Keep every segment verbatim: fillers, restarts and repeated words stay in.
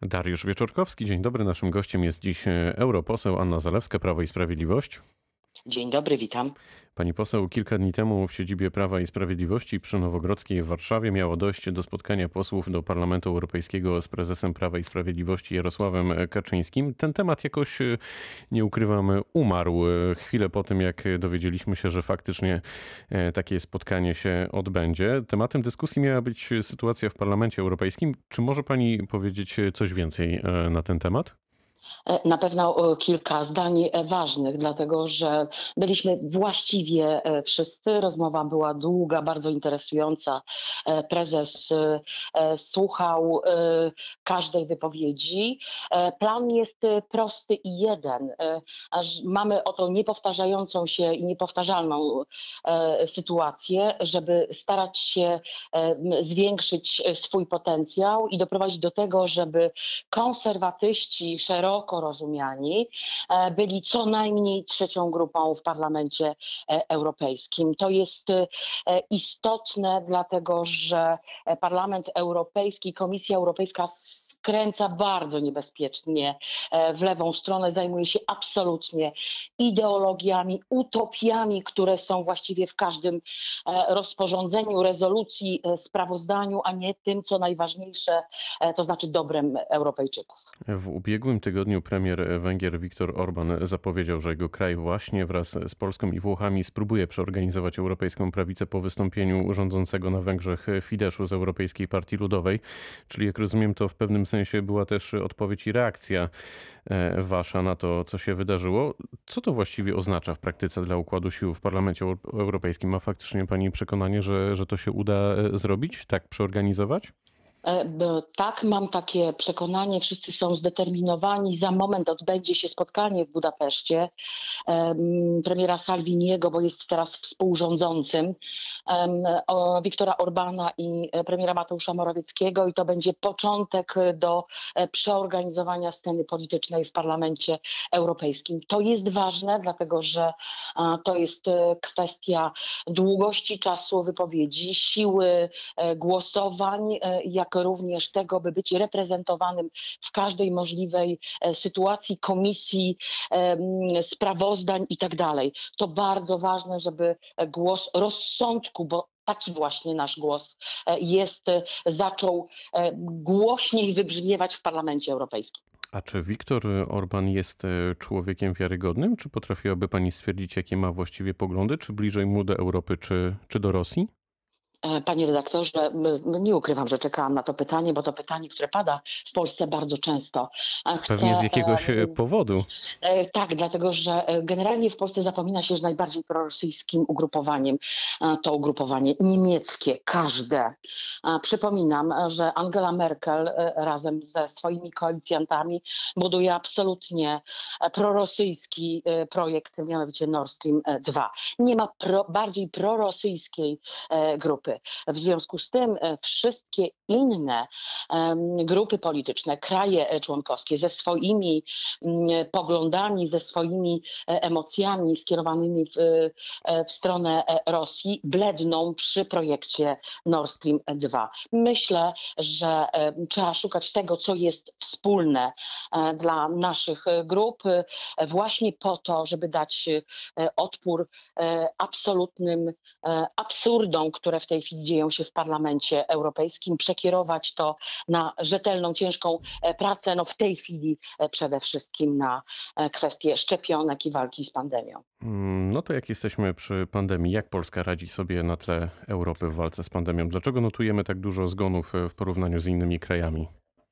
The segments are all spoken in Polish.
Dariusz Wieczorkowski, dzień dobry. Naszym gościem jest dziś e, europoseł Anna Zalewska, Prawo i Sprawiedliwość. Dzień dobry, witam. Pani poseł, kilka dni temu w siedzibie Prawa i Sprawiedliwości przy Nowogrodzkiej w Warszawie miało dojść do spotkania posłów do Parlamentu Europejskiego z prezesem Prawa i Sprawiedliwości Jarosławem Kaczyńskim. Ten temat jakoś, e, nie ukrywam, umarł e, chwilę po tym, jak dowiedzieliśmy się, że faktycznie e, takie spotkanie się odbędzie. Tematem dyskusji miała być sytuacja w Parlamencie Europejskim. Czy może pani powiedzieć coś więcej e, na ten temat? E, Na pewno e, kilka zdań e, ważnych, dlatego że byliśmy właściwie e, wszyscy. Rozmowa była długa, bardzo interesująca. E, Prezes e, e, słuchał e, każdej wypowiedzi. E, Plan jest e, prosty i jeden. E, Aż mamy oto niepowtarzającą się i niepowtarzalną e, sytuację, żeby starać się e, m, zwiększyć e, swój potencjał i doprowadzić do tego, żeby konserwatyści szeroko rozumiani e, byli co najmniej trzecią grupą w Parlamencie e, Europejskim. To jest e, istotne, dlatego że e, Parlament Europejski, Komisja Europejska skręca bardzo niebezpiecznie e, w lewą stronę, zajmuje się absolutnie ideologiami, utopiami, które są właściwie w każdym e, rozporządzeniu, rezolucji, e, sprawozdaniu, a nie tym, co najważniejsze, e, to znaczy dobrem Europejczyków. W ubiegłym tygodniu premier Węgier Viktor Orban zapowiedział, że jego kraj właśnie wraz z Polską i Włochami spróbuje przeorganizować europejską prawicę po wystąpieniu rządzącego na Węgrzech Fideszu z Europejskiej Partii Ludowej. Czyli jak rozumiem, to w pewnym sensie była też odpowiedź i reakcja e, wasza na to, co się wydarzyło. Co to właściwie oznacza w praktyce dla układu sił w Parlamencie Eu- Europejskim? Ma faktycznie pani przekonanie, że, że to się uda e, zrobić, tak przeorganizować? E, b- Tak, mam takie przekonanie. Wszyscy są zdeterminowani. Za moment odbędzie się spotkanie w Budapeszcie em, premiera Salviniego, bo jest teraz współrządzącym, em, o, Viktora Orbana i e, premiera Mateusza Morawieckiego, i to będzie początek e, do e, przeorganizowania sceny politycznej w Parlamencie Europejskim. To jest ważne, dlatego że a, to jest e, kwestia długości czasu wypowiedzi, siły e, głosowań, e, jak również tego, by być reprezentowanym w każdej możliwej e, sytuacji, komisji, em, sprawozdań i tak dalej. To bardzo ważne, żeby głos rozsądku, bo taki właśnie nasz głos e, jest, e, zaczął e, głośniej wybrzmiewać w Parlamencie Europejskim. A czy Viktor Orban jest e, człowiekiem wiarygodnym? Czy potrafiłaby pani stwierdzić, jakie ma właściwie poglądy? Czy bliżej mu do Europy, czy, czy do Rosji? E, Panie redaktorze, m- m- nie ukrywam, że czekałam na to pytanie, bo to pytanie, które pada w Polsce bardzo często. E, Chcę Pewnie z jakiegoś e, powodu. E, Tak, dlatego że e, generalnie w Polsce zapomina się, że najbardziej prorosyjskim ugrupowaniem e, to ugrupowanie niemieckie, każde. A Przypominam, e, że Angela Merkel e, razem ze swoimi koalicjantami buduje absolutnie e, prorosyjski e, projekt, mianowicie Nord Stream e, dwa. Nie ma pro, bardziej prorosyjskiej e, grupy. W związku z tym e, wszystkie inne em, grupy polityczne, kraje e, członkowskie ze swoimi mm, poglądami, ze swoimi e, emocjami skierowanymi w, e, w stronę e, Rosji, bledną przy projekcie Nord Stream dwa. Myślę, że e, trzeba szukać tego, co jest wspólne e, dla naszych e, grup, e, właśnie po to, żeby dać e, odpór e, absolutnym e, absurdom, które w tej chwili dzieją się w Parlamencie Europejskim, przekierować to na rzetelną, ciężką e, pracę, no w tej chwili e, przede wszystkim na e, kwestie szczepionek i walki z pandemią. Mm, No to jak jesteśmy przy pandemii, jak Polska radzi sobie na tle Europy w walce z pandemią? Dlaczego notujemy tak dużo zgonów e, w porównaniu z innymi krajami?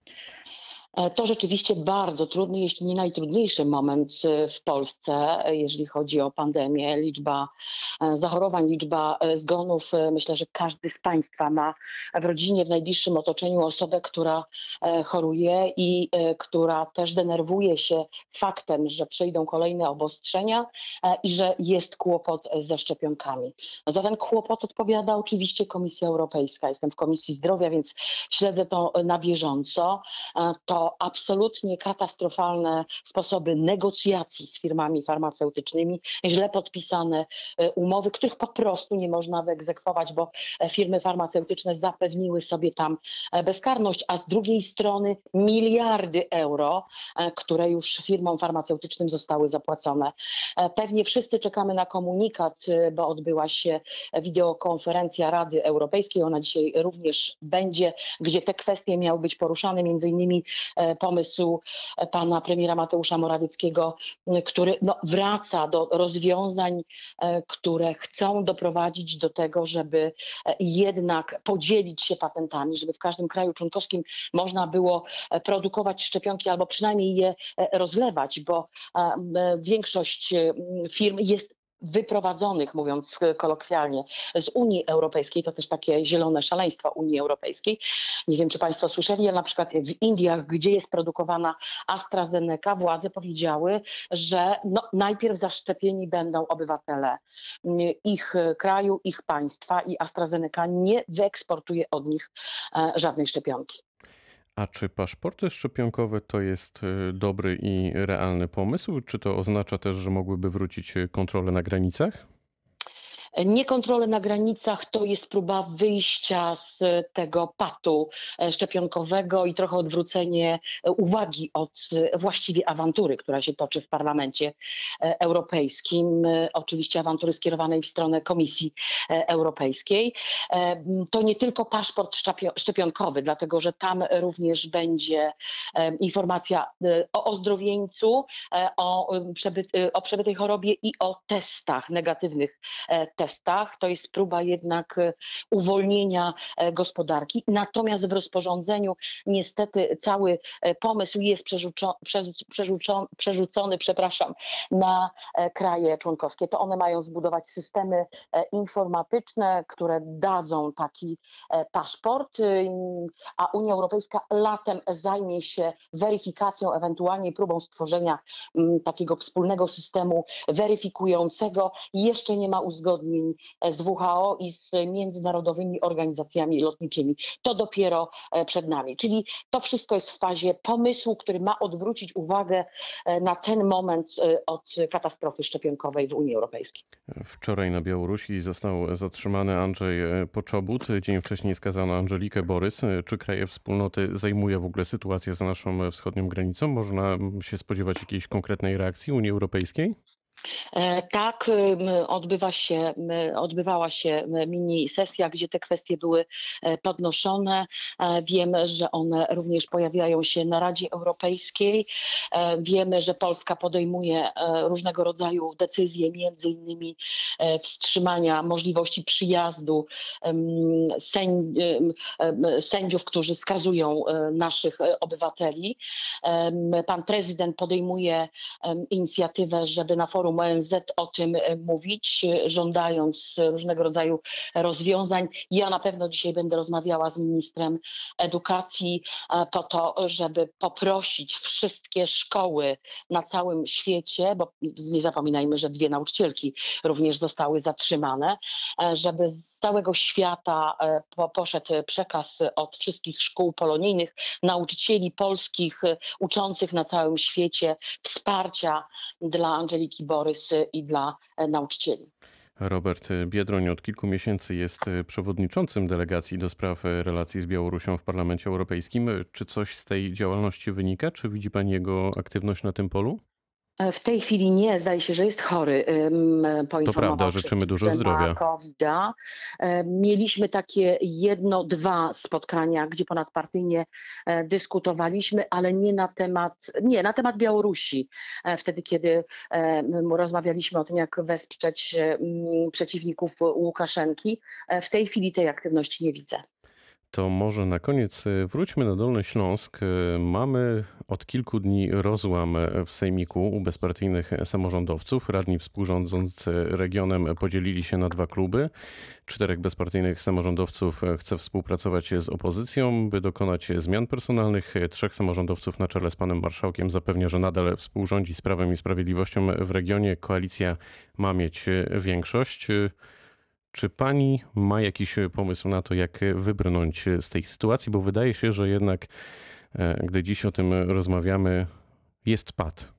E, To rzeczywiście bardzo trudny, jeśli nie najtrudniejszy moment e, w Polsce, e, jeżeli chodzi o pandemię. Liczba e, zachorowań, liczba e, zgonów. e, Myślę, że każdy z Państwa ma w rodzinie, w najbliższym otoczeniu osobę, która e, choruje i e, która też denerwuje się faktem, że przyjdą kolejne obostrzenia e, i że jest kłopot ze szczepionkami. No, za ten kłopot odpowiada oczywiście Komisja Europejska. Jestem w Komisji Zdrowia, więc śledzę to na bieżąco. E, To to absolutnie katastrofalne sposoby negocjacji z firmami farmaceutycznymi, źle podpisane umowy, których po prostu nie można wyegzekwować, bo firmy farmaceutyczne zapewniły sobie tam bezkarność, a z drugiej strony miliardy euro, które już firmom farmaceutycznym zostały zapłacone. Pewnie wszyscy czekamy na komunikat, bo odbyła się wideokonferencja Rady Europejskiej. Ona dzisiaj również będzie, gdzie te kwestie miały być poruszane, między innymi pomysł pana premiera Mateusza Morawieckiego, który no, wraca do rozwiązań, które chcą doprowadzić do tego, żeby jednak podzielić się patentami, żeby w każdym kraju członkowskim można było produkować szczepionki albo przynajmniej je rozlewać, bo większość firm jest wyprowadzonych, mówiąc kolokwialnie, z Unii Europejskiej. To też takie zielone szaleństwo Unii Europejskiej. Nie wiem, czy państwo słyszeli, ale na przykład w Indiach, gdzie jest produkowana AstraZeneca, władze powiedziały, że no, najpierw zaszczepieni będą obywatele ich kraju, ich państwa i AstraZeneca nie wyeksportuje od nich żadnej szczepionki. A czy paszporty szczepionkowe to jest dobry i realny pomysł? Czy to oznacza też, że mogłyby wrócić kontrole na granicach? Nie kontrole na granicach to jest próba wyjścia z tego patu szczepionkowego i trochę odwrócenie uwagi od właściwie awantury, która się toczy w Parlamencie Europejskim. Oczywiście awantury skierowanej w stronę Komisji Europejskiej. To nie tylko paszport szczepionkowy, dlatego że tam również będzie informacja o ozdrowieńcu, o, przebyt, o przebytej chorobie i o testach, negatywnych testach. testach. To jest próba jednak uwolnienia gospodarki. Natomiast w rozporządzeniu niestety cały pomysł jest przerzucony, przerzucony, przerzucony przepraszam, na kraje członkowskie. To one mają zbudować systemy informatyczne, które dadzą taki paszport, a Unia Europejska latem zajmie się weryfikacją, ewentualnie próbą stworzenia takiego wspólnego systemu weryfikującego. Jeszcze nie ma uzgodnień z W H O i z międzynarodowymi organizacjami lotniczymi. To dopiero przed nami. Czyli to wszystko jest w fazie pomysłu, który ma odwrócić uwagę na ten moment od katastrofy szczepionkowej w Unii Europejskiej. Wczoraj na Białorusi został zatrzymany Andrzej Poczobut. Dzień wcześniej skazano Angelikę Borys. Czy kraje wspólnoty zajmuje w ogóle sytuację za naszą wschodnią granicą? Można się spodziewać jakiejś konkretnej reakcji Unii Europejskiej? Tak, odbywa się, odbywała się mini sesja, gdzie te kwestie były podnoszone. Wiemy, że one również pojawiają się na Radzie Europejskiej. Wiemy, że Polska podejmuje różnego rodzaju decyzje, między innymi wstrzymania możliwości przyjazdu sędziów, którzy skazują naszych obywateli. Pan prezydent podejmuje inicjatywę, żeby na forum O N Z o tym mówić, żądając różnego rodzaju rozwiązań. Ja na pewno dzisiaj będę rozmawiała z ministrem edukacji po to, żeby poprosić wszystkie szkoły na całym świecie, bo nie zapominajmy, że dwie nauczycielki również zostały zatrzymane, żeby z całego świata poszedł przekaz od wszystkich szkół polonijnych, nauczycieli polskich uczących na całym świecie, wsparcia dla Angeliki Borys i dla nauczycieli. Robert Biedroń od kilku miesięcy jest przewodniczącym delegacji do spraw relacji z Białorusią w Parlamencie Europejskim. Czy coś z tej działalności wynika? Czy widzi pani jego aktywność na tym polu? W tej chwili nie, zdaje się, że jest chory. To prawda, życzymy dużo zdrowia. kowida. Mieliśmy takie jedno, dwa spotkania, gdzie ponadpartyjnie dyskutowaliśmy, ale nie na temat, nie, na temat Białorusi. Wtedy, kiedy rozmawialiśmy o tym, jak wesprzeć przeciwników Łukaszenki. W tej chwili tej aktywności nie widzę. To może na koniec wróćmy na Dolny Śląsk. Mamy od kilku dni rozłam w sejmiku u bezpartyjnych samorządowców. Radni współrządzący regionem podzielili się na dwa kluby. Czterech bezpartyjnych samorządowców chce współpracować z opozycją, by dokonać zmian personalnych. Trzech samorządowców na czele z panem marszałkiem zapewnia, że nadal współrządzi z Prawem i Sprawiedliwością w regionie. Koalicja ma mieć większość. Czy pani ma jakiś pomysł na to, jak wybrnąć z tej sytuacji? Bo wydaje się, że jednak gdy dziś o tym rozmawiamy, jest pad.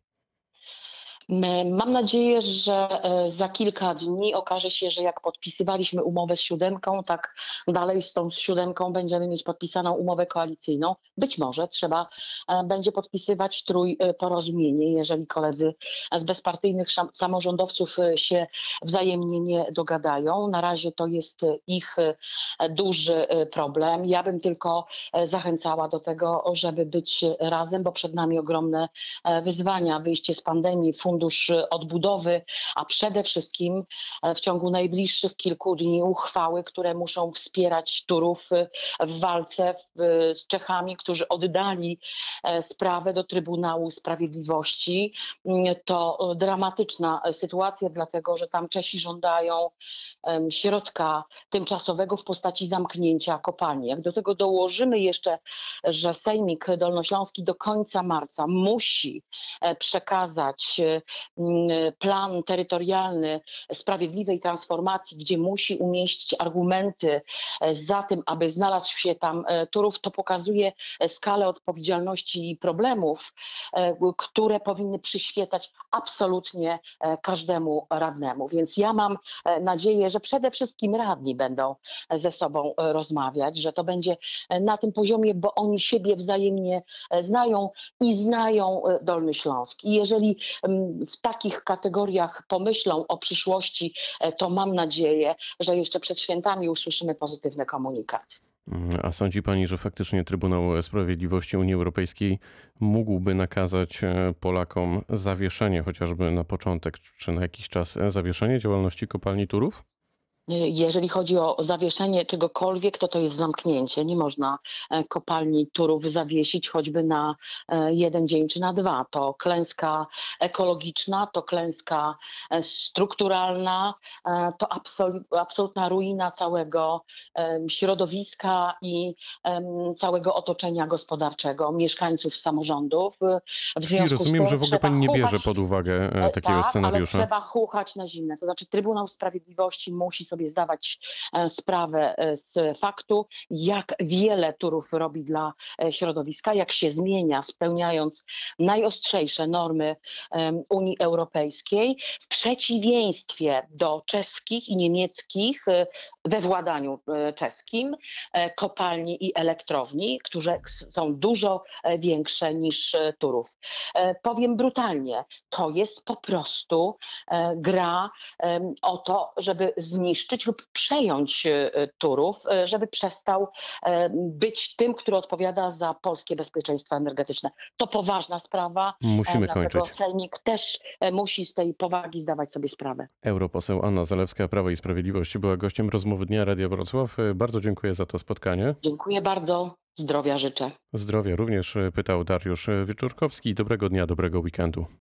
Mam nadzieję, że e, za kilka dni okaże się, że jak podpisywaliśmy umowę z siódemką, tak dalej z tą siódemką będziemy mieć podpisaną umowę koalicyjną. Być może trzeba e, będzie podpisywać trójporozumienie, jeżeli koledzy z bezpartyjnych szam- samorządowców e, się wzajemnie nie dogadają. Na razie to jest ich e, duży e, problem. Ja bym tylko e, zachęcała do tego, żeby być razem, bo przed nami ogromne e, wyzwania. Wyjście z pandemii, fundusz odbudowy, a przede wszystkim w ciągu najbliższych kilku dni uchwały, które muszą wspierać Turów w walce w- z Czechami, którzy oddali e, sprawę do Trybunału Sprawiedliwości. Mm, To dramatyczna sytuacja, dlatego że tam Czesi żądają em, środka tymczasowego w postaci zamknięcia kopalni. Jak do tego dołożymy jeszcze, że Sejmik Dolnośląski do końca marca musi e, przekazać e, mm, plan terytorialny sprawiedliwej transformacji, gdzie musi umieścić argumenty e, za tym, aby znalazł się tam e, Turów, to pokazuje e, skalę odpowiedzialności i problemów, e, które powinny przyświecać absolutnie e, każdemu radnemu. Więc ja mam e, nadzieję, że przede wszystkim radni będą e, ze sobą e, rozmawiać, że to będzie e, na tym poziomie, bo oni siebie wzajemnie e, znają i znają e, Dolny Śląsk. I jeżeli mm, w takich kategoriach pomyślą o przyszłości, e, to mam nadzieję, że jeszcze przed świętami usłyszymy pozytywny komunikat. Mm, A sądzi pani, że faktycznie Trybunał Sprawiedliwości Unii Europejskiej mógłby nakazać e, Polakom zawieszenie, chociażby na początek czy na jakiś czas, e, zawieszenie działalności kopalni Turów? Jeżeli chodzi o zawieszenie czegokolwiek, to to jest zamknięcie. Nie można e, kopalni Turów zawiesić choćby na e, jeden dzień czy na dwa. To klęska ekologiczna, to klęska e, strukturalna, e, to absol- absolutna ruina całego em, środowiska i em, całego otoczenia gospodarczego, mieszkańców samorządów. E, W Czyli związku z rozumiem, że tym w ogóle trzeba pani nie bierze chuchać. pod uwagę e, E, takiego Tak, ale scenariusza. trzeba chuchać na zimne. To znaczy Trybunał Sprawiedliwości musi sobie zdawać e, sprawę e, z faktu, jak wiele Turów robi dla e, środowiska, jak się zmienia, spełniając najostrzejsze normy em, Unii Europejskiej, w przeciwieństwie do czeskich i niemieckich e, we władaniu e, czeskim e, kopalni i elektrowni, które s- są dużo e, większe niż e, Turów. E, Powiem brutalnie, to jest po prostu e, gra em, o to, żeby zniszczyć lub przejąć e, Turów, e, żeby przestał e, być tym, który odpowiada za polskie bezpieczeństwo energetyczne. To poważna sprawa, e, Musimy dlatego kończyć. Sejmik też e, musi z tej powagi zdawać sobie sprawę. Europoseł Anna Zalewska, Prawo i Sprawiedliwość, była gościem rozmowy Dnia Radia Wrocław. E, Bardzo dziękuję za to spotkanie. Dziękuję bardzo, zdrowia życzę. Zdrowia również e, pytał Dariusz Wieczorkowski. Dobrego dnia, dobrego weekendu.